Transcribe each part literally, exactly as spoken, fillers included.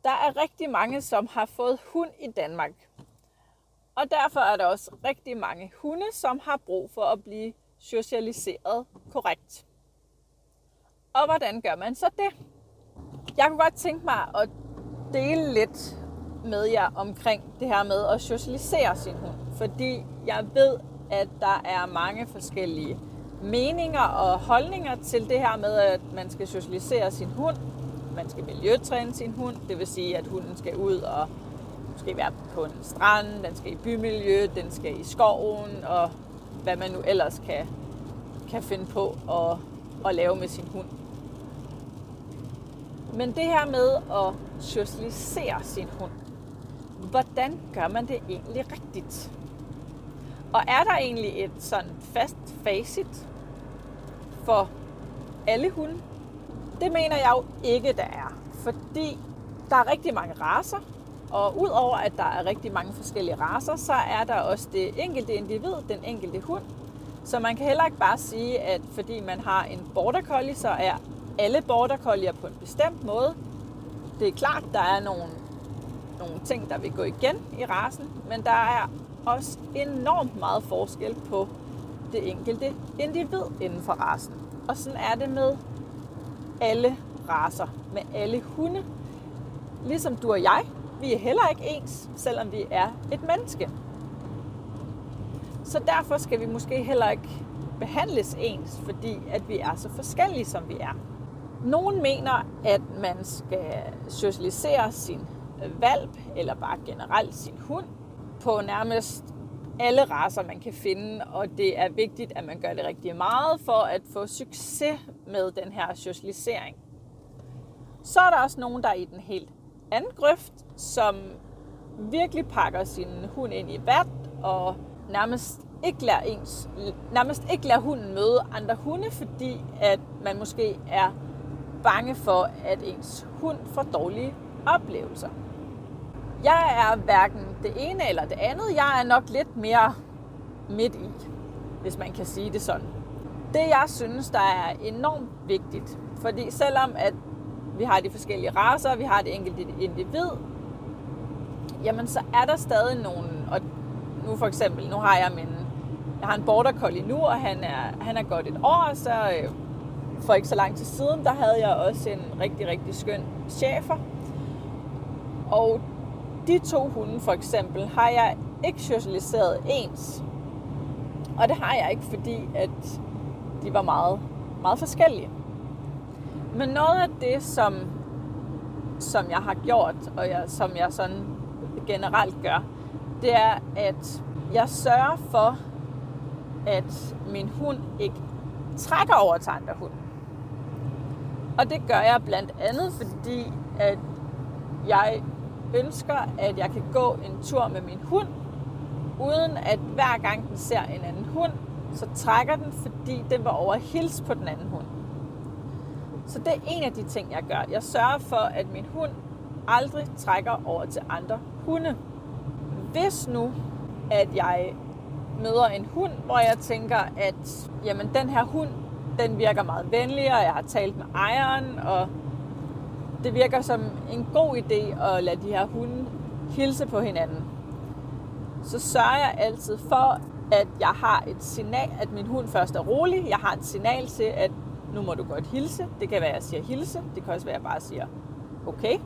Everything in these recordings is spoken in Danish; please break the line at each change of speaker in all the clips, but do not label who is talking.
Der er rigtig mange, som har fået hund i Danmark. Og derfor er der også rigtig mange hunde, som har brug for at blive socialiseret korrekt. Og hvordan gør man så det? Jeg kunne godt tænke mig at dele lidt med jer omkring det her med at socialisere sin hund. Fordi jeg ved, at der er mange forskellige meninger og holdninger til det her med, at man skal socialisere sin hund. Man skal miljøtræne sin hund, det vil sige, at hunden skal ud og skal være på en strand, den skal i bymiljø, den skal i skoven, og hvad man nu ellers kan, kan finde på at, at lave med sin hund. Men det her med at socialisere sin hund, hvordan gør man det egentlig rigtigt? Og er der egentlig et sådan fast facit for alle hunde? Det mener jeg jo ikke, der er. Fordi der er rigtig mange racer, og udover at der er rigtig mange forskellige racer, så er der også det enkelte individ, den enkelte hund. Så man kan heller ikke bare sige, at fordi man har en border collie, så er alle border collier på en bestemt måde. Det er klart, der er nogle, nogle ting, der vil gå igen i racen, men der er også enormt meget forskel på det enkelte individ inden for racen. Og sådan er det med alle racer, med alle hunde. Ligesom du og jeg, vi er heller ikke ens, selvom vi er et menneske. Så derfor skal vi måske heller ikke behandles ens, fordi at vi er så forskellige, som vi er. Nogen mener, at man skal socialisere sin hvalp, eller bare generelt sin hund, på nærmest alle racer, man kan finde, og det er vigtigt, at man gør det rigtig meget for at få succes med den her socialisering. Så er der også nogen, der er i den helt anden grøft, som virkelig pakker sin hund ind i vat, og nærmest ikke lader, ens, nærmest ikke lader hunden møde andre hunde, fordi at man måske er bange for, at ens hund får dårlige oplevelser. Jeg er hverken det ene eller det andet. Jeg er nok lidt mere midt i, hvis man kan sige det sådan. Det jeg synes, der er enormt vigtigt, fordi selvom at vi har de forskellige racer, vi har det enkelte individ, jamen så er der stadig nogen, og nu for eksempel, nu har jeg min, jeg har en border collie nu, og han er, han er godt et år, så øh, for ikke så lang tid siden, der havde jeg også en rigtig, rigtig skøn schæfer. Og de to hunde for eksempel har jeg ikke socialiseret ens. Og det har jeg ikke, fordi at de var meget, meget forskellige. Men noget af det, som, som jeg har gjort, og jeg, som jeg sådan generelt gør, det er, at jeg sørger for, at min hund ikke trækker over til andre hunde. Og det gør jeg blandt andet, fordi at jeg ønsker, at jeg kan gå en tur med min hund, uden at hver gang den ser en anden hund, så trækker den, fordi den var over at hilse på den anden hund. Så det er en af de ting, jeg gør. Jeg sørger for, at min hund aldrig trækker over til andre hunde. Hvis nu, at jeg møder en hund, hvor jeg tænker, at jamen, den her hund, den virker meget venlig, og jeg har talt med ejeren, og det virker som en god idé at lade de her hunde hilse på hinanden, så sørger jeg altid for, at jeg har et signal, at min hund først er rolig. Jeg har et signal til, at nu må du godt hilse. Det kan være, at jeg siger hilse. Det kan også være, at jeg bare siger okay.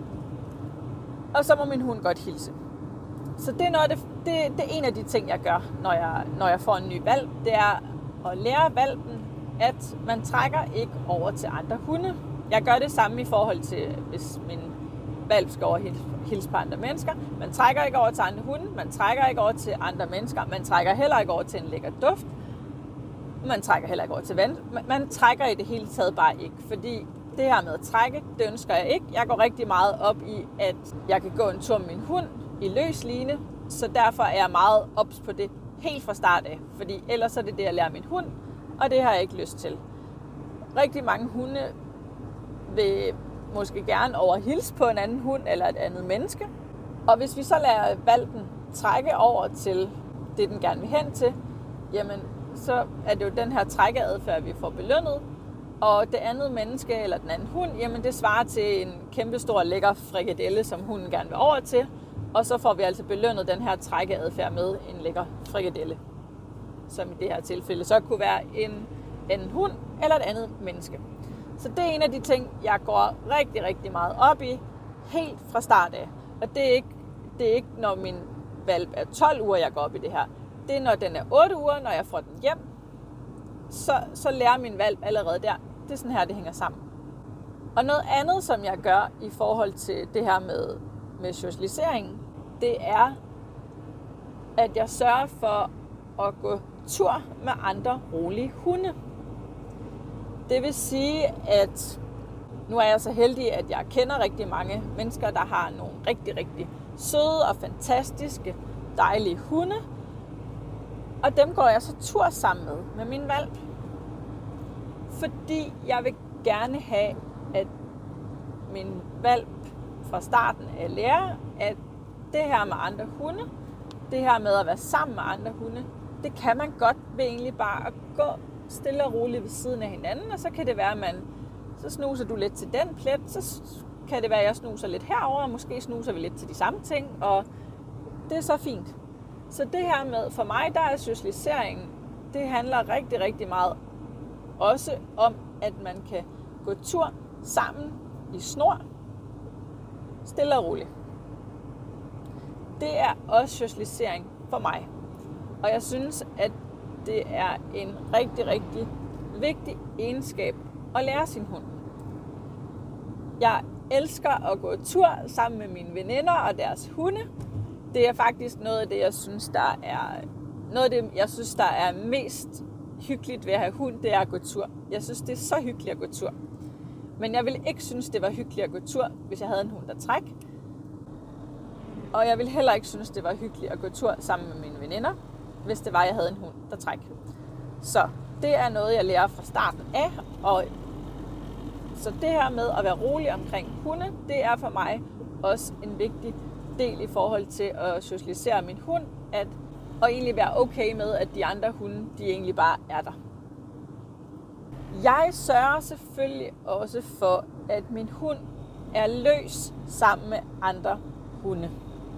Og så må min hund godt hilse. Så det er, noget, det, det, det er en af de ting, jeg gør, når jeg, når jeg får en ny hvalp. Det er at lære hvalpen, at man trækker ikke over til andre hunde. Jeg gør det samme i forhold til, hvis min hvalp skal over hilse på andre mennesker. Man trækker ikke over til andre hunde, man trækker ikke over til andre mennesker, man trækker heller ikke over til en lækker duft, man trækker heller ikke over til vand. Man trækker i det hele taget bare ikke, fordi det her med at trække, det ønsker jeg ikke. Jeg går rigtig meget op i, at jeg kan gå en tur med min hund i løs line, så derfor er jeg meget ops på det helt fra start af, fordi ellers er det det, jeg lærer min hund, og det har jeg ikke lyst til. Rigtig mange hunde vil måske gerne overhilse på en anden hund eller et andet menneske. Og hvis vi så lader hvalpen trække over til det, den gerne vil hen til, jamen så er det jo den her trækkeadfærd, vi får belønnet. Og det andet menneske eller den anden hund, jamen det svarer til en kæmpe stor lækker frikadelle, som hunden gerne vil over til. Og så får vi altså belønnet den her trækkeadfærd med en lækker frikadelle. Som i det her tilfælde så kunne være en, en hund eller et andet menneske. Så det er en af de ting, jeg går rigtig, rigtig meget op i, helt fra start af. Og det er ikke, det er ikke når min valp er tolv uger, jeg går op i det her. Det er, når den er otte uger, når jeg får den hjem, så, så lærer min valp allerede der. Det er sådan her, det hænger sammen. Og noget andet, som jeg gør i forhold til det her med, med socialisering, det er, at jeg sørger for at gå tur med andre rolige hunde. Det vil sige, at nu er jeg så heldig, at jeg kender rigtig mange mennesker, der har nogle rigtig, rigtig søde og fantastiske, dejlige hunde. Og dem går jeg så tur sammen med, med min valp. Fordi jeg vil gerne have, at min valp fra starten af lærer, at det her med andre hunde, det her med at være sammen med andre hunde, det kan man godt ved egentlig bare at gå stille og roligt ved siden af hinanden, og så kan det være, at man, så snuser du lidt til den plet, så kan det være, at jeg snuser lidt herover, og måske snuser vi lidt til de samme ting, og det er så fint. Så det her med, for mig, der er socialisering, det handler rigtig, rigtig meget også om, at man kan gå tur sammen i snor, stille og roligt. Det er også socialisering for mig. Og jeg synes, at det er en rigtig, rigtig vigtig egenskab at lære sin hund. Jeg elsker at gå tur sammen med mine veninder og deres hunde. Det er faktisk noget af det, jeg synes, der er noget af det, jeg synes, der er mest hyggeligt ved at have hund, det er at gå tur. Jeg synes, det er så hyggeligt at gå tur. Men jeg ville ikke synes, det var hyggeligt at gå tur, hvis jeg havde en hund, der træk. Og jeg ville heller ikke synes, det var hyggeligt at gå tur sammen med mine veninder, hvis det var, jeg havde en hund, der træk. Så det er noget, jeg lærer fra starten af. Og så det her med at være rolig omkring hunde, det er for mig også en vigtig del i forhold til at socialisere min hund, at, og egentlig være okay med, at de andre hunde, de egentlig bare er der. Jeg sørger selvfølgelig også for, at min hund er løs sammen med andre hunde.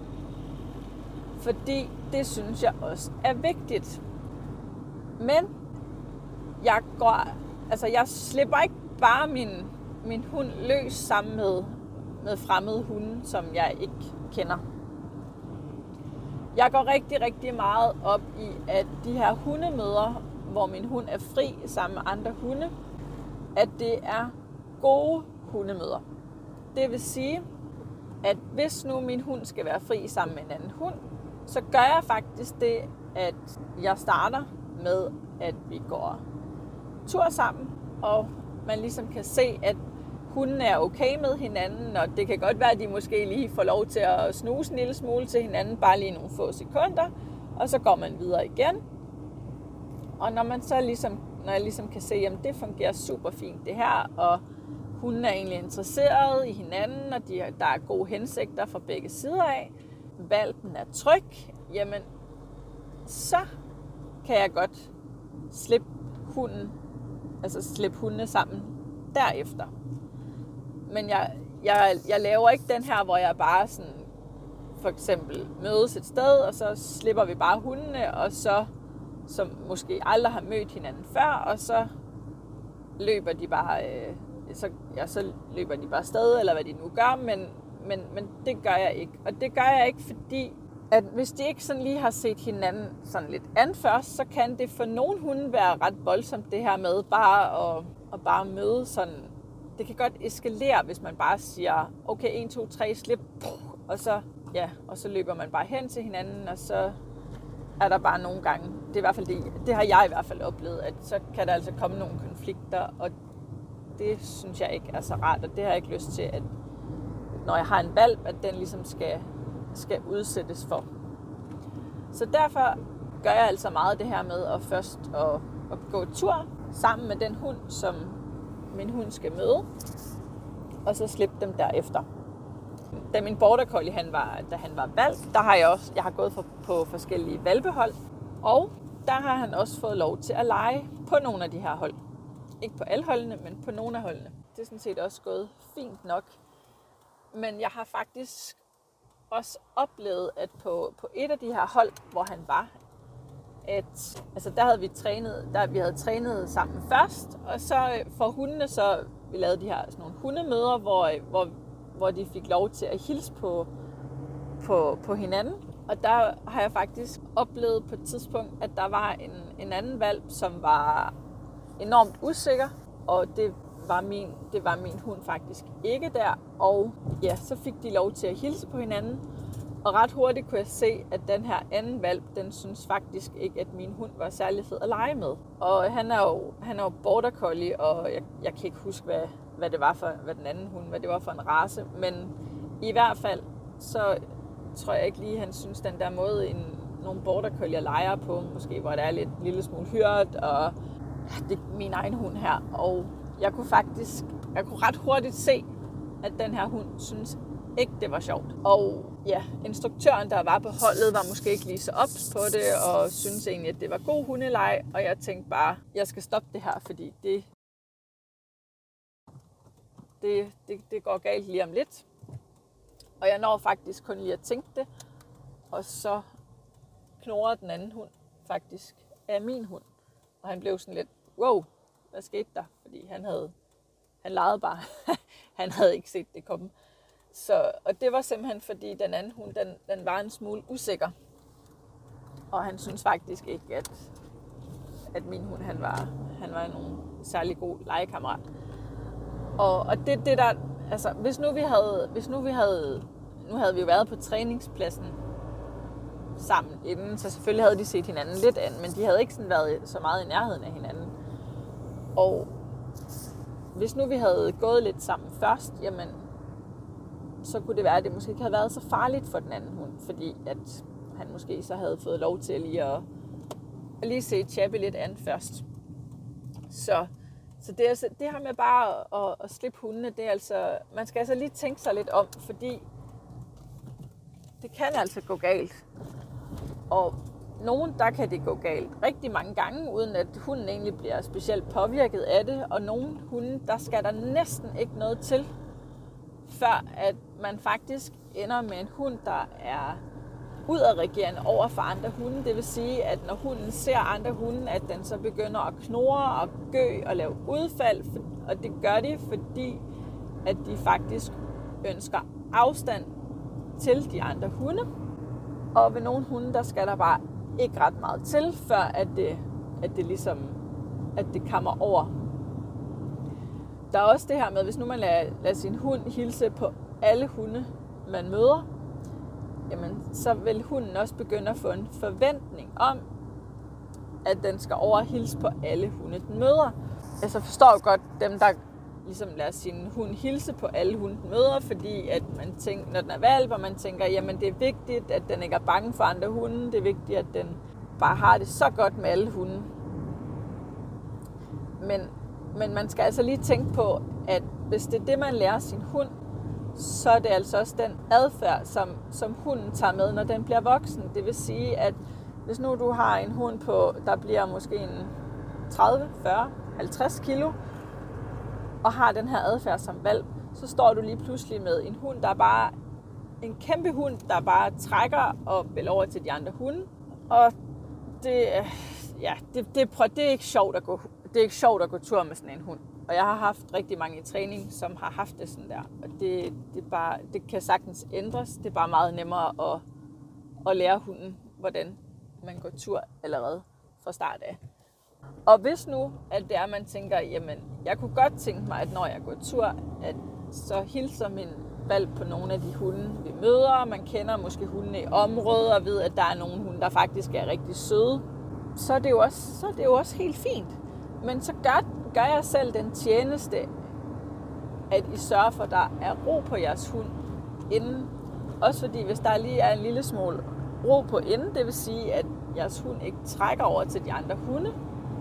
Fordi det synes jeg også er vigtigt. Men jeg går, altså jeg slipper ikke bare min, min hund løs sammen med, med fremmede hunde, som jeg ikke kender. Jeg går rigtig, rigtig meget op i, at de her hundemøder, hvor min hund er fri sammen med andre hunde, at det er gode hundemøder. Det vil sige, at hvis nu min hund skal være fri sammen med en anden hund, så gør jeg faktisk det, at jeg starter med, at vi går tur sammen, og man ligesom kan se, at hunden er okay med hinanden, og det kan godt være, at de måske lige får lov til at snuse en lille smule til hinanden, bare lige nogle få sekunder, og så går man videre igen. Og når man så ligesom, når jeg ligesom kan se, at det fungerer super fint det her, og hunden er egentlig interesseret i hinanden, og de, der er gode hensigter fra begge sider af, valpen er tryg, jamen så kan jeg godt slippe hunden, altså slippe hundene sammen derefter. Men jeg, jeg, jeg laver ikke den her, hvor jeg bare sådan, for eksempel mødes et sted, og så slipper vi bare hundene, og så, som måske aldrig har mødt hinanden før, og så løber de bare, øh, så, ja, så løber de bare afsted, eller hvad de nu gør, men, men, men det gør jeg ikke. Og det gør jeg ikke, fordi at hvis de ikke sådan lige har set hinanden sådan lidt an først, så kan det for nogle hunde være ret voldsomt, det her med bare at, at bare møde sådan. Det kan godt eskalere, hvis man bare siger, okay, en, to, tre, slip, og så, ja, og så løber man bare hen til hinanden, og så er der bare nogle gange, det er i hvert fald det, det har jeg i hvert fald oplevet, at så kan der altså komme nogle konflikter, og det synes jeg ikke er så rart, og det har jeg ikke lyst til, at når jeg har en valp, at den ligesom skal, skal udsættes for. Så derfor gør jeg altså meget det her med at først at, at gå tur sammen med den hund, som min hund skal møde, og så slippe dem derefter. Da min border collie, han var, da han var valp, der har jeg også, jeg har gået for, på forskellige valpehold, og der har han også fået lov til at lege på nogle af de her hold. Ikke på alle holdene, men på nogle af holdene. Det er sådan set også gået fint nok. Men jeg har faktisk også oplevet, at på, på et af de her hold, hvor han var, at altså der havde vi trænet, der vi havde trænet sammen først, og så for hundene, så vi lavede de her sådan nogle hundemøder, hvor, hvor, hvor de fik lov til at hilse på, på, på hinanden. Og der har jeg faktisk oplevet på et tidspunkt, at der var en, en anden hvalp, som var enormt usikker, og det var min, det var min hund faktisk ikke der. Og ja, så fik de lov til at hilse på hinanden, og ret hurtigt kunne jeg se, at den her anden hvalp, den synes faktisk ikke, at min hund var særlig fed at lege med. Og han er jo, han er jo border collie, og jeg, jeg kan ikke huske, hvad, hvad det var for, hvad den anden hund, hvad det var for en race, men i hvert fald, så tror jeg ikke lige, han synes, den der måde, en, nogle border collie leger på, måske hvor der er lidt lille smule hyrt, og det er min egen hund her. Og jeg kunne faktisk, jeg kunne ret hurtigt se, at den her hund synes ikke, det var sjovt. Og ja, instruktøren, der var på holdet, var måske ikke lige så ops på det, og synes egentlig, at det var god hundeleg, og jeg tænkte bare, jeg skal stoppe det her, fordi det, det, det, det går galt lige om lidt. Og jeg når faktisk kun lige at tænke det, og så knurrer den anden hund faktisk af min hund. Og han blev sådan lidt, wow, hvad skete der? Fordi han havde, han legede bare, han havde ikke set det komme. Så, og det var simpelthen fordi den anden hund, den, den var en smule usikker. Og han synes faktisk ikke, at, at min hund, han var, han var en særlig god legekammerat. Og, og det, det der, altså hvis nu vi havde, hvis nu vi havde, nu havde vi jo været på træningspladsen sammen inden, så selvfølgelig havde de set hinanden lidt an, men de havde ikke sådan været så meget i nærheden af hinanden. Og hvis nu vi havde gået lidt sammen først, jamen, så kunne det være, at det måske ikke havde været så farligt for den anden hund, fordi at han måske så havde fået lov til lige at, at lige se Chappie lidt an først. Så, så det, er, det her med bare at, at slippe hundene, det er altså, man skal altså lige tænke sig lidt om, fordi det kan altså gå galt. Og nogen, der kan det gå galt rigtig mange gange, uden at hunden egentlig bliver specielt påvirket af det. Og nogle hunde, der skal der næsten ikke noget til, før at man faktisk ender med en hund, der er udadreagerende over for andre hunde. Det vil sige, at når hunden ser andre hunde, at den så begynder at knurre og gø og lave udfald. Og det gør de, fordi at de faktisk ønsker afstand til de andre hunde. Og ved nogle hunde, der skal der bare ikke ret meget til, før at det, at det ligesom, at det kommer over. Der er også det her med, hvis nu man lader, lader sin hund hilse på alle hunde, man møder, jamen, så vil hunden også begynde at få en forventning om, at den skal overhilse på alle hunde, den møder. Altså forstår jo godt dem, der ligesom lader sin hund hilse på alle hunde, den møder, fordi at man tænker, når den er valp, og man tænker, jamen det er vigtigt, at den ikke er bange for andre hunde, det er vigtigt, at den bare har det så godt med alle hunde. Men, men man skal altså lige tænke på, at hvis det er det, man lærer sin hund, så er det altså også den adfærd, som, som hunden tager med, når den bliver voksen. Det vil sige, at hvis nu du har en hund på, der bliver måske en tredive, fyrre, halvtreds kilo, og har den her adfærd som valp, så står du lige pludselig med en hund, der er bare en kæmpe hund, der bare trækker og vil over til de andre hunde. Og det, ja, det, det, det, er ikke sjovt at gå, det er ikke sjovt at gå tur med sådan en hund. Og jeg har haft rigtig mange i træning, som har haft det sådan der. Og det, det, bare, det kan sagtens ændres. Det er bare meget nemmere at, at lære hunden, hvordan man går tur allerede fra start af. Og hvis nu, at det er, man tænker, jamen, jeg kunne godt tænke mig, at når jeg går tur, at så hilser min valp på nogle af de hunde, vi møder. Man kender måske hundene i området og ved, at der er nogle hunde, der faktisk er rigtig søde. Så er det jo også, så er det jo også helt fint. Men så gør, gør jeg selv den tjeneste, at I sørger for, at der er ro på jeres hund inden. Også fordi, hvis der lige er en lille smule ro på inden, det vil sige, at jeres hund ikke trækker over til de andre hunde,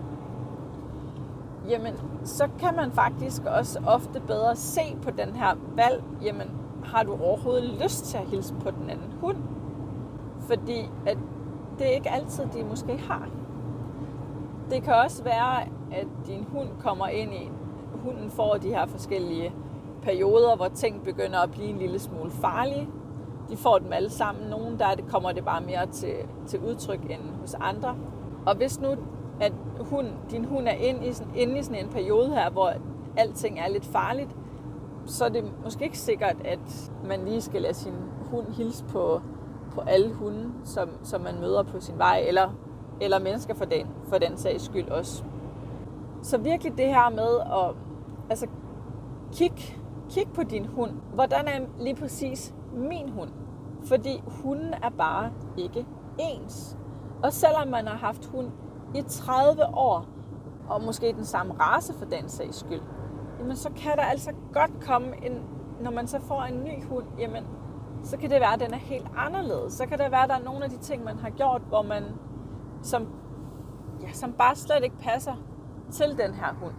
jamen, så kan man faktisk også ofte bedre se på den her valg, jamen, har du overhovedet lyst til at hilse på den anden hund? Fordi at det er ikke altid, de måske har. det kan også være, at din hund kommer ind i, hunden får de her forskellige perioder, hvor ting begynder at blive en lille smule farlige. De får dem alle sammen. Nogle der det kommer det bare mere til, til udtryk end hos andre. Og hvis nu, at hund, din hund er inde i, sådan, inde i sådan en periode her, hvor alting er lidt farligt, så er det måske ikke sikkert, at man lige skal lade sin hund hilse på, på alle hunde, som, som man møder på sin vej, eller, eller mennesker for den, for den sags skyld også. Så virkelig det her med at altså, kig, kig på din hund. Hvordan er lige præcis min hund? Fordi hunden er bare ikke ens. Og selvom man har haft hund i tredive år, og måske den samme race for den sags skyld, jamen så kan der altså godt komme en, når man så får en ny hund, jamen så kan det være, at den er helt anderledes. Så kan det være, at der er nogle af de ting, man har gjort, hvor man, som, ja, som bare slet ikke passer til den her hund.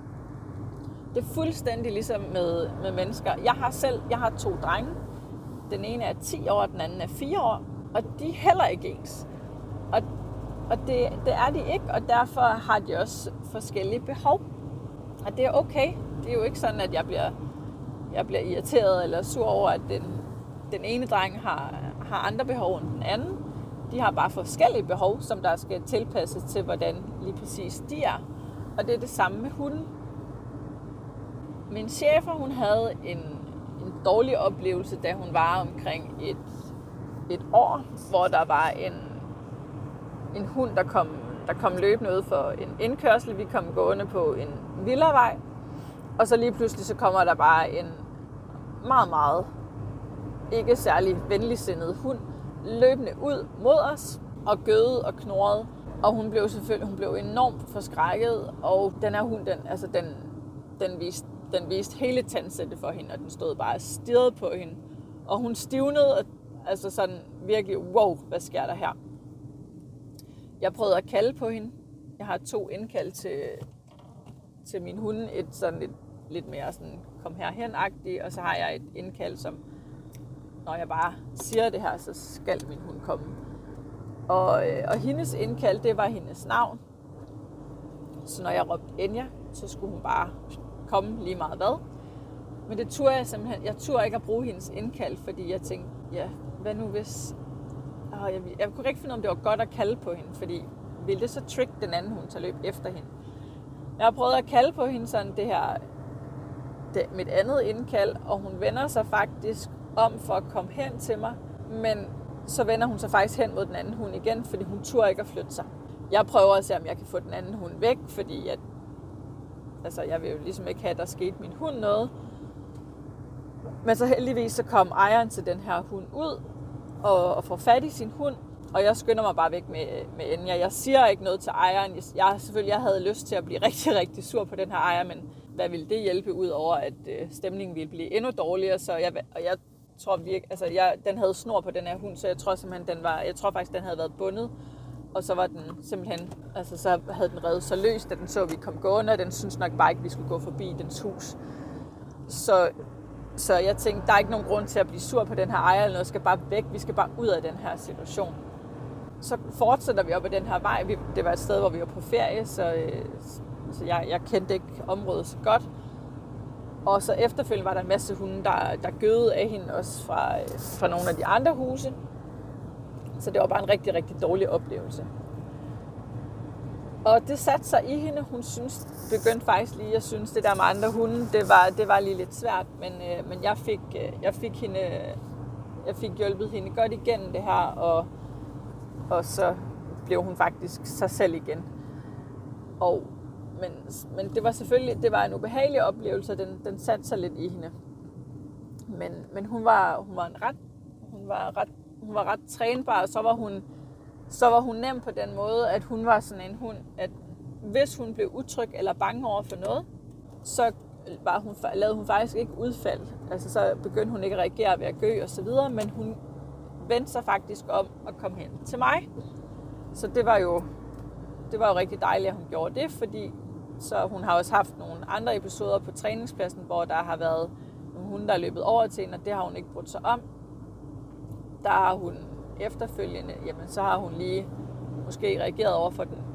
Det er fuldstændig ligesom med, med mennesker. Jeg har selv, jeg har to drenge. Den ene er ti år, og den anden er fire år. Og de er heller ikke ens. Og, og det, det er de ikke, og derfor har de også forskellige behov. Og det er okay. Det er jo ikke sådan, at jeg bliver, jeg bliver irriteret eller sur over, at den, den ene dreng har, har andre behov end den anden. De har bare forskellige behov, som der skal tilpasses til, hvordan lige præcis de er. Og det er det samme med hunden. Min chefer, hun havde en, en dårlig oplevelse, da hun var omkring et, et år, hvor der var en, en hund, der kom, der kom løbende ud for en indkørsel. Vi kom gående på en villavej, og så lige pludselig så kommer der bare en meget, meget ikke særlig venligsindet hund løbende ud mod os og gøede og knurrede. Og hun blev selvfølgelig hun blev enormt forskrækket, og den her hund, den, altså den, den, viste, den viste hele tandsættet for hende, og den stod bare og stirrede på hende. Og hun stivnede, altså sådan virkelig, wow, hvad sker der her? Jeg prøvede at kalde på hende. Jeg har to indkald til, til min hunde. Et sådan lidt, lidt mere sådan, kom herhen-agtigt, og så har jeg et indkald, som, når jeg bare siger det her, så skal min hund komme. Og, og hendes indkald, det var hendes navn. Så når jeg råbte Enya, så skulle hun bare komme lige meget hvad. Men det turde jeg simpelthen, jeg turde ikke at bruge hendes indkald, fordi jeg tænkte, ja, hvad nu hvis... Og jeg, jeg kunne ikke finde, om det var godt at kalde på hende, fordi ville det så trick den anden hund til at løbe efter hende. Jeg har prøvet at kalde på hende sådan det her, det, mit andet indkald, og hun vender sig faktisk om for at komme hen til mig, men så vender hun sig faktisk hen mod den anden hund igen, fordi hun turde ikke at flytte sig. Jeg prøver at se, om jeg kan få den anden hund væk, fordi at, altså, jeg vil jo ligesom ikke have, at der skete min hund noget. Men så heldigvis så kom ejeren til den her hund ud og, og får fat i sin hund, og jeg skynder mig bare væk med, med Enya. Jeg siger ikke noget til ejeren. Jeg, jeg, selvfølgelig, jeg havde lyst til at blive rigtig, rigtig sur på den her ejer, men hvad ville det hjælpe ud over, at øh, stemningen ville blive endnu dårligere, så jeg, og jeg tror virkelig, altså jeg, den havde snor på den her hund, så jeg tror simpelthen, den var, jeg tror faktisk, den havde været bundet, og så var den simpelthen, altså så havde den revet så løs, da den så, at vi kom gående, og den syntes nok bare ikke, at vi skulle gå forbi dens hus. Så, så jeg tænkte, der er ikke nogen grund til at blive sur på den her ejer, eller noget, skal bare væk, vi skal bare ud af den her situation. Så fortsætter vi op ad den her vej, vi, det var et sted, hvor vi var på ferie, så, så jeg, jeg kendte ikke området så godt. Og så efterfølgende var der en masse hunde, der, der gøede af hende, også fra, fra nogle af de andre huse. Så det var bare en rigtig, rigtig dårlig oplevelse. Og det satte sig i hende. Hun synes, begyndte faktisk lige, jeg synes, det der med andre hunde, det var, det var lige lidt svært. Men, øh, men jeg, fik, øh, jeg, fik hende, jeg fik hjulpet hende godt igennem det her, og, og så blev hun faktisk sig selv igen. Og Men, men det var selvfølgelig det var en ubehagelig oplevelse, den, den satte sig lidt i hende. Men, men hun var hun var en ret hun var ret hun var ret trænbar, og så var hun så var hun nem på den måde, at hun var sådan en hund, at hvis hun blev utryg eller bange over for noget, så var hun lavede hun faktisk ikke udfald. Altså så begyndte hun ikke at reagere ved at gø og så videre, men hun vendte sig faktisk om og kom hen til mig. Så det var jo det var jo rigtig dejligt, at hun gjorde det, fordi så hun har også haft nogle andre episoder på træningspladsen, hvor der har været nogle hunde, der er løbet over til hende, og det har hun ikke brudt sig om. Der har hun efterfølgende, jamen så har hun lige måske reageret over for den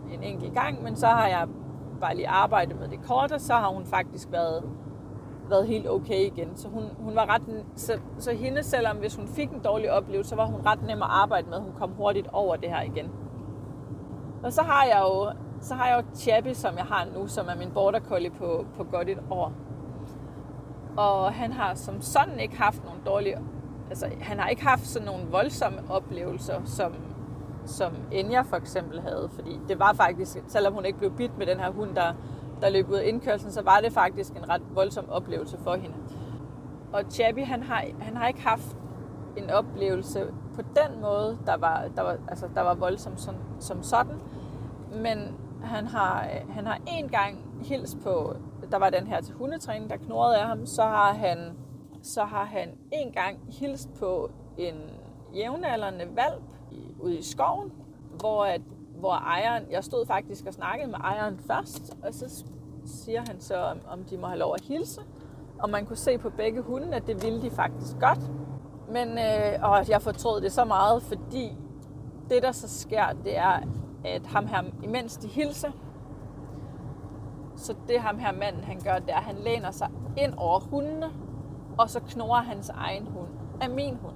en enkelt gang, men så har jeg bare lige arbejdet med det kort, og så har hun faktisk været, været helt okay igen. Så hun, hun var ret, så, så hende, selvom hvis hun fik en dårlig oplevelse, så var hun ret nem at arbejde med. Hun kom hurtigt over det her igen. Og så har jeg jo, så har jeg jo Chappie, som jeg har nu, som er min border collie på, på godt et år. Og han har som sådan ikke haft nogle dårlige, altså han har ikke haft sådan nogle voldsomme oplevelser, som, som Enya for eksempel havde. Fordi det var faktisk, selvom hun ikke blev bidt med den her hund, der, der løb ud af indkørslen, så var det faktisk en ret voldsom oplevelse for hende. Og Chappie, han har, han har ikke haft en oplevelse på den måde, der var, der var, altså, der var voldsom som, som sådan. Men han har, han har en gang hilst på, der var den her til hundetræning, der knurrede af ham, så har han, så har han en gang hilst på en jævnaldrende hvalp ude i skoven, hvor, at, hvor ejeren, jeg stod faktisk og snakkede med ejeren først, og så siger han så, om, om de må have lov at hilse, og man kunne se på begge hunde, at det ville de faktisk godt. Men øh, og jeg fortrød det så meget, fordi det, der så sker, det er, at ham her, imens de hilser, så det ham her manden, han gør, det er, at han læner sig ind over hundene, og så knurrer hans egen hund af min hund.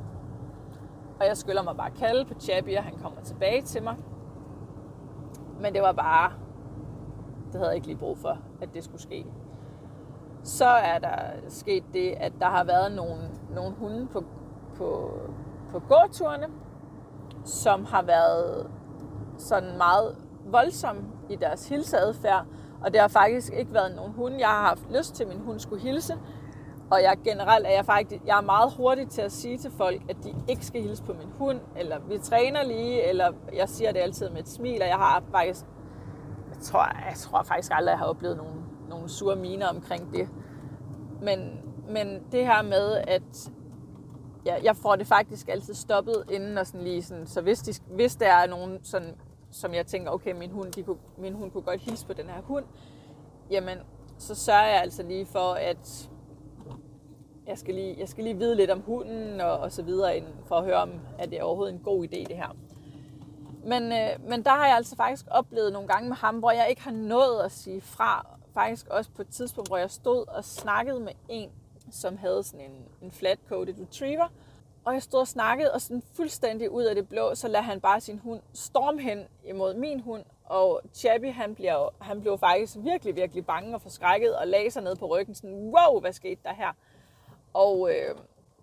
Og jeg skylder mig bare at kalde på Chappie, og han kommer tilbage til mig. Men det var bare, det havde jeg ikke lige brug for, at det skulle ske. Så er der sket det, at der har været nogle, nogle hunde på, på, på gåturene, som har været sådan meget voldsomme i deres hilseadfærd. Og det har faktisk ikke været nogen hunde, jeg har haft lyst til, at min hund skulle hilse. Og jeg generelt er jeg faktisk jeg er meget hurtig til at sige til folk, at de ikke skal hilse på min hund, eller vi træner lige, eller jeg siger det altid med et smil, og jeg har faktisk, jeg tror, jeg tror faktisk aldrig, jeg har oplevet nogle, nogle sure miner omkring det. Men, men det her med, at ja, jeg får det faktisk altid stoppet inden og sådan lige sådan, så hvis, de, hvis der er nogen sådan, som jeg tænker, okay, min hund, de kunne, min hund kunne godt hilse på den her hund, jamen, så sørger jeg altså lige for, at jeg skal lige, jeg skal lige vide lidt om hunden og, og så videre, for at høre om, at det er overhovedet en god idé, det her. Men, øh, men der har jeg altså faktisk oplevet nogle gange med ham, hvor jeg ikke har nået at sige fra. Faktisk også på et tidspunkt, hvor jeg stod og snakkede med en, som havde sådan en, en flat-coated retriever. Og jeg stod og snakkede, og sådan fuldstændig ud af det blå, så lader han bare sin hund storme hen imod min hund. Og Chappie, han bliver, han blev faktisk virkelig, virkelig bange og forskrækket, og lagde sig ned på ryggen sådan, wow, hvad skete der her? Og øh,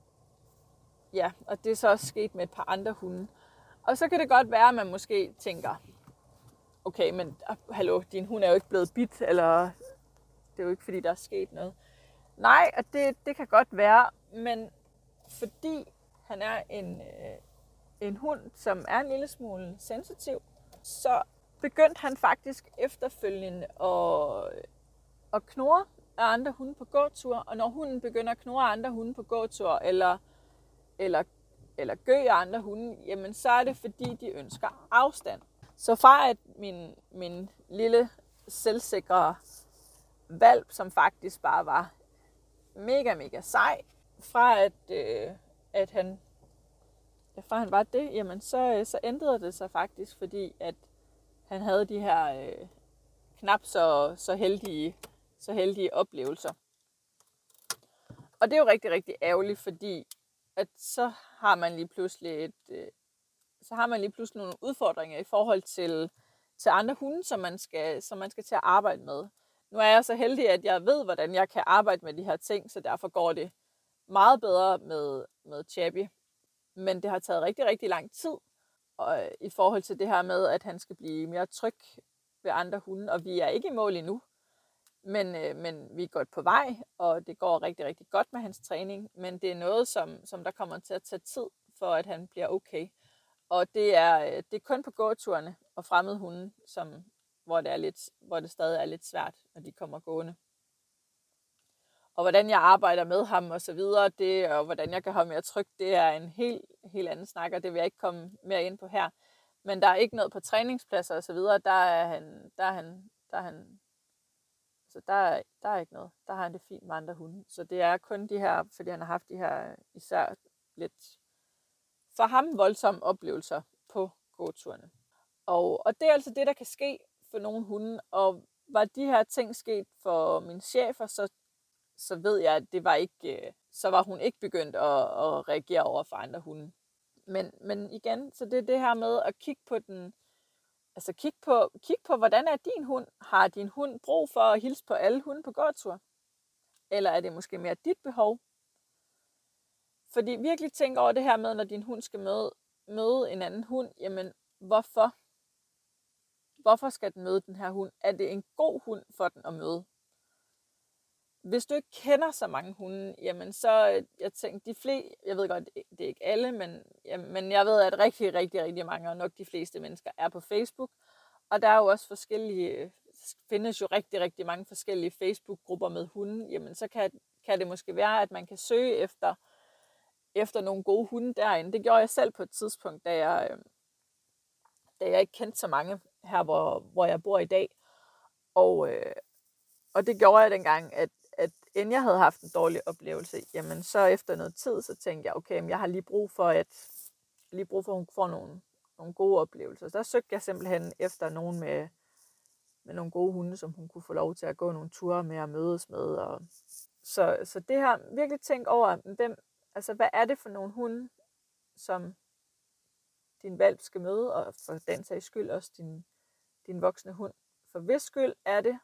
ja, og det er så også sket med et par andre hunde. Og så kan det godt være, at man måske tænker, okay, men hallo, din hund er jo ikke blevet bidt, eller det er jo ikke, fordi der er sket noget. Nej, og det, det kan godt være, men fordi han er en, øh, en hund, som er en lille smule sensitiv, så begyndte han faktisk efterfølgende at, at knurre af andre hunde på gåtur, og når hunden begynder at knurre af andre hunde på gåtur, eller, eller, eller gø af andre hunde, jamen så er det fordi, de ønsker afstand. Så fra at min, min lille selvsikre hvalp, som faktisk bare var mega, mega sej, fra at, øh, at han, ja, fra han var det, jamen så, så ændrede det sig faktisk, fordi at han havde de her øh, knap så, så heldige så heldige oplevelser. Og det er jo rigtig, rigtig ærgerligt, fordi at så har man lige pludselig et, øh, så har man lige pludselig nogle udfordringer i forhold til, til andre hunde, som man, skal, som man skal til at arbejde med. Nu er jeg så heldig, at jeg ved, hvordan jeg kan arbejde med de her ting, så derfor går det meget bedre med, med Chappie. Men det har taget rigtig, rigtig lang tid og, i forhold til det her med, at han skal blive mere tryg ved andre hunde, og vi er ikke i mål endnu. Men, øh, men vi er godt på vej, og det går rigtig, rigtig godt med hans træning. Men det er noget, som, som der kommer til at tage tid, for at han bliver okay. Og det er, det er kun på gåturene og fremmede hunde, som, hvor, det er lidt, hvor det stadig er lidt svært, når de kommer gående. Og hvordan jeg arbejder med ham og så videre, det, og hvordan jeg kan have mere tryg, det er en helt, helt anden snak, og det vil jeg ikke komme mere ind på her. Men der er ikke noget på træningspladser og så videre, der er han, der er han, der er han Så der er, der er ikke noget. Der har han det fint med andre hunde. Så det er kun de her, fordi han har haft de her især lidt for ham voldsomme oplevelser på gåturene. Og, og det er altså det, der kan ske for nogle hunde. Og var de her ting sket for mine chefer, så, så ved jeg, at det var ikke, så var hun ikke begyndt at, at reagere over for andre hunde. Men, men igen, så det er det her med at kigge på den, altså kig på, kig på, hvordan er din hund? Har din hund brug for at hilse på alle hunde på gåtur? Eller er det måske mere dit behov? Fordi virkelig tænk over det her med, når din hund skal møde, møde en anden hund, jamen hvorfor? Hvorfor skal den møde den her hund? Er det en god hund for den at møde? Hvis du ikke kender så mange hunde, jamen så, jeg tænker, de fleste, jeg ved godt, det er ikke alle, men, jamen, men jeg ved, at rigtig, rigtig, rigtig mange, og nok de fleste mennesker, er på Facebook. Og der er jo også forskellige, findes jo rigtig, rigtig mange forskellige Facebook-grupper med hunde. Jamen så kan, kan det måske være, at man kan søge efter, efter nogle gode hunde derinde. Det gjorde jeg selv på et tidspunkt, da jeg, da jeg ikke kendte så mange her, hvor, hvor jeg bor i dag. Og, øh, og det gjorde jeg dengang, at at inden jeg havde haft en dårlig oplevelse, jamen så efter noget tid, så tænkte jeg, okay, men jeg har lige brug for, at, lige brug for, at hun får nogle, nogle gode oplevelser. Så der søgte jeg simpelthen efter nogen med, med nogle gode hunde, som hun kunne få lov til at gå nogle ture med og mødes med. Og så, så det her, virkelig tænk over, hvem, altså hvad er det for nogle hunde, som din hvalp skal møde, og for den sags skyld også din, din voksne hund. For hvis skyld er det.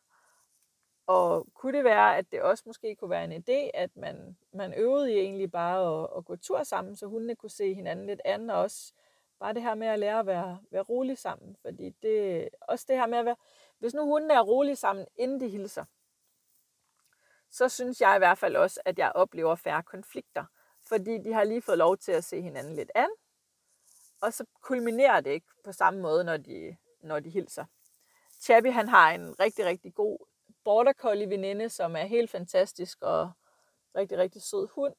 Og kunne det være, at det også måske kunne være en idé, at man, man øvede i egentlig bare at, at gå tur sammen, så hundene kunne se hinanden lidt an, og også bare det her med at lære at være, være rolig sammen. Fordi det, også det her med at være, hvis nu hundene er rolige sammen, inden de hilser, så synes jeg i hvert fald også, at jeg oplever færre konflikter. Fordi de har lige fået lov til at se hinanden lidt an, og så kulminerer det ikke på samme måde, når de, når de hilser. Chappy, han har en rigtig, rigtig god border collie veninde, som er helt fantastisk og rigtig, rigtig sød hund.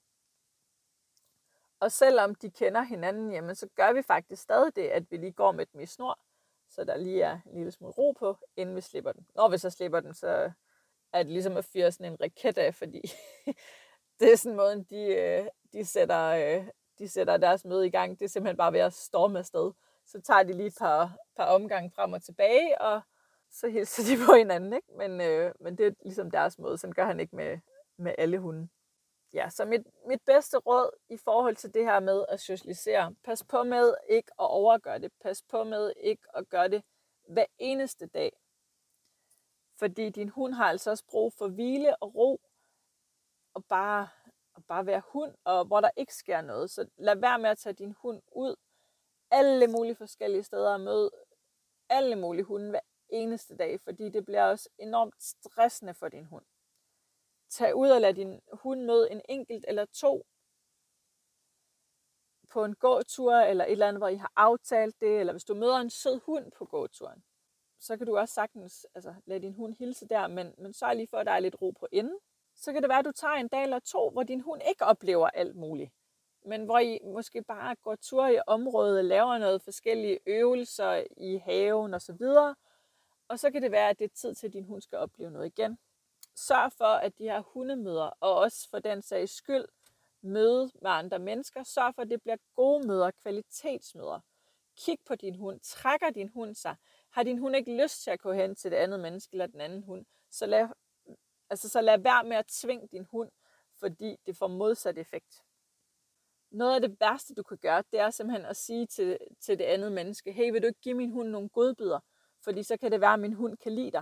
Og selvom de kender hinanden, jamen, så gør vi faktisk stadig det, at vi lige går med dem i snor, så der lige er en lille smule ro på, inden vi slipper den. Når vi så slipper den, så er det ligesom at fyre sådan en raket af, fordi det er sådan en måde, de, de, sætter, de sætter deres møde i gang. Det er simpelthen bare ved at storme afsted. Så tager de lige et par, par omgange frem og tilbage, og så hilser de på hinanden, ikke? Men, øh, men det er ligesom deres måde. Sådan gør han ikke med, med alle hunde. Ja, så mit, mit bedste råd i forhold til det her med at socialisere. Pas på med ikke at overgøre det. Pas på med ikke at gøre det hver eneste dag. Fordi din hund har altså også brug for hvile og ro. Og bare, og bare være hund, og hvor der ikke sker noget. Så lad være med at tage din hund ud alle mulige forskellige steder og møde alle mulige hunde hver eneste dag, fordi det bliver også enormt stressende for din hund. Tag ud og lad din hund møde en enkelt eller to på en gåtur, eller et eller andet, hvor I har aftalt det, eller hvis du møder en sød hund på gåturen, så kan du også sagtens altså, lade din hund hilse der, men, men sørg lige for, at der er lidt ro på enden. Så kan det være, at du tager en dag eller to, hvor din hund ikke oplever alt muligt, men hvor I måske bare går tur i området, laver noget forskellige øvelser i haven osv., og så kan det være, at det er tid til, at din hund skal opleve noget igen. Sørg for, at de her hundemøder, og også for den sags skyld, møde med andre mennesker. Sørg for, at det bliver gode møder, kvalitetsmøder. Kig på din hund. Trækker din hund sig? Har din hund ikke lyst til at gå hen til det andet menneske eller den anden hund? Så lad, altså, så lad være med at tvinge din hund, fordi det får modsat effekt. Noget af det værste, du kan gøre, det er simpelthen at sige til, til det andet menneske, hey, vil du ikke give min hund nogle godbidder? Fordi så kan det være, at min hund kan lide dig.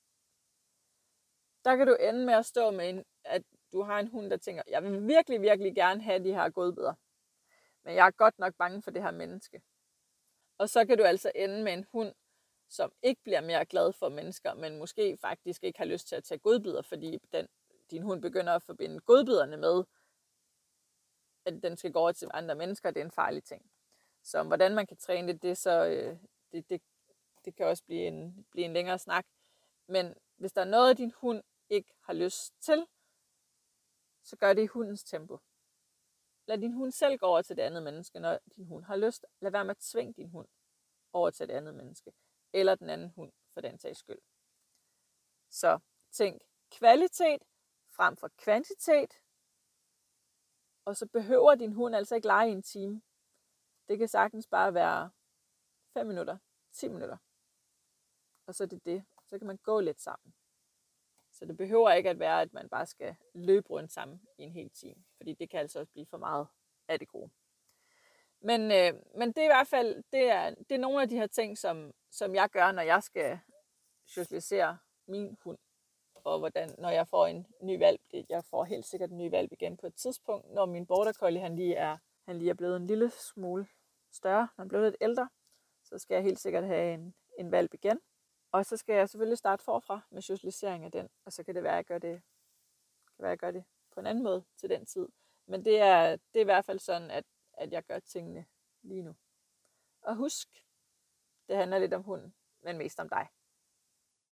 Der kan du ende med at stå med, en, at du har en hund, der tænker, jeg vil virkelig, virkelig gerne have de her godbidder. Men jeg er godt nok bange for det her menneske. Og så kan du altså ende med en hund, som ikke bliver mere glad for mennesker, men måske faktisk ikke har lyst til at tage godbidder, fordi den, din hund begynder at forbinde godbidderne med, at den skal gå over til andre mennesker. Det er en farlig ting. Så hvordan man kan træne det, det, så, øh, det, det, det kan også blive en, blive en længere snak. Men hvis der er noget, din hund ikke har lyst til, så gør det i hundens tempo. Lad din hund selv gå over til det andet menneske, når din hund har lyst. Lad være med at tvinge din hund over til det andet menneske. Eller den anden hund, for den sags skyld. Så tænk kvalitet frem for kvantitet. Og så behøver din hund altså ikke lege i en time. Det kan sagtens bare være fem minutter, ti minutter. Og så er det det. Så kan man gå lidt sammen. Så det behøver ikke at være, at man bare skal løbe rundt sammen i en hel time. Fordi det kan altså også blive for meget af det gode. Men, øh, men det er i hvert fald, det er, det er nogle af de her ting, som, som jeg gør, når jeg skal socialisere min hund. Og hvordan, når jeg får en ny valp, det, jeg får helt sikkert en ny valp igen på et tidspunkt, når min border collie, han lige er, han lige er blevet en lille smule større, når han er blevet lidt ældre, så skal jeg helt sikkert have en, en valp igen. Og så skal jeg selvfølgelig starte forfra med socialisering af den, og så kan det være, at jeg gør det, kan være, at jeg gør det på en anden måde til den tid. Men det er, det er i hvert fald sådan, at, at jeg gør tingene lige nu. Og husk, det handler lidt om hunden, men mest om dig.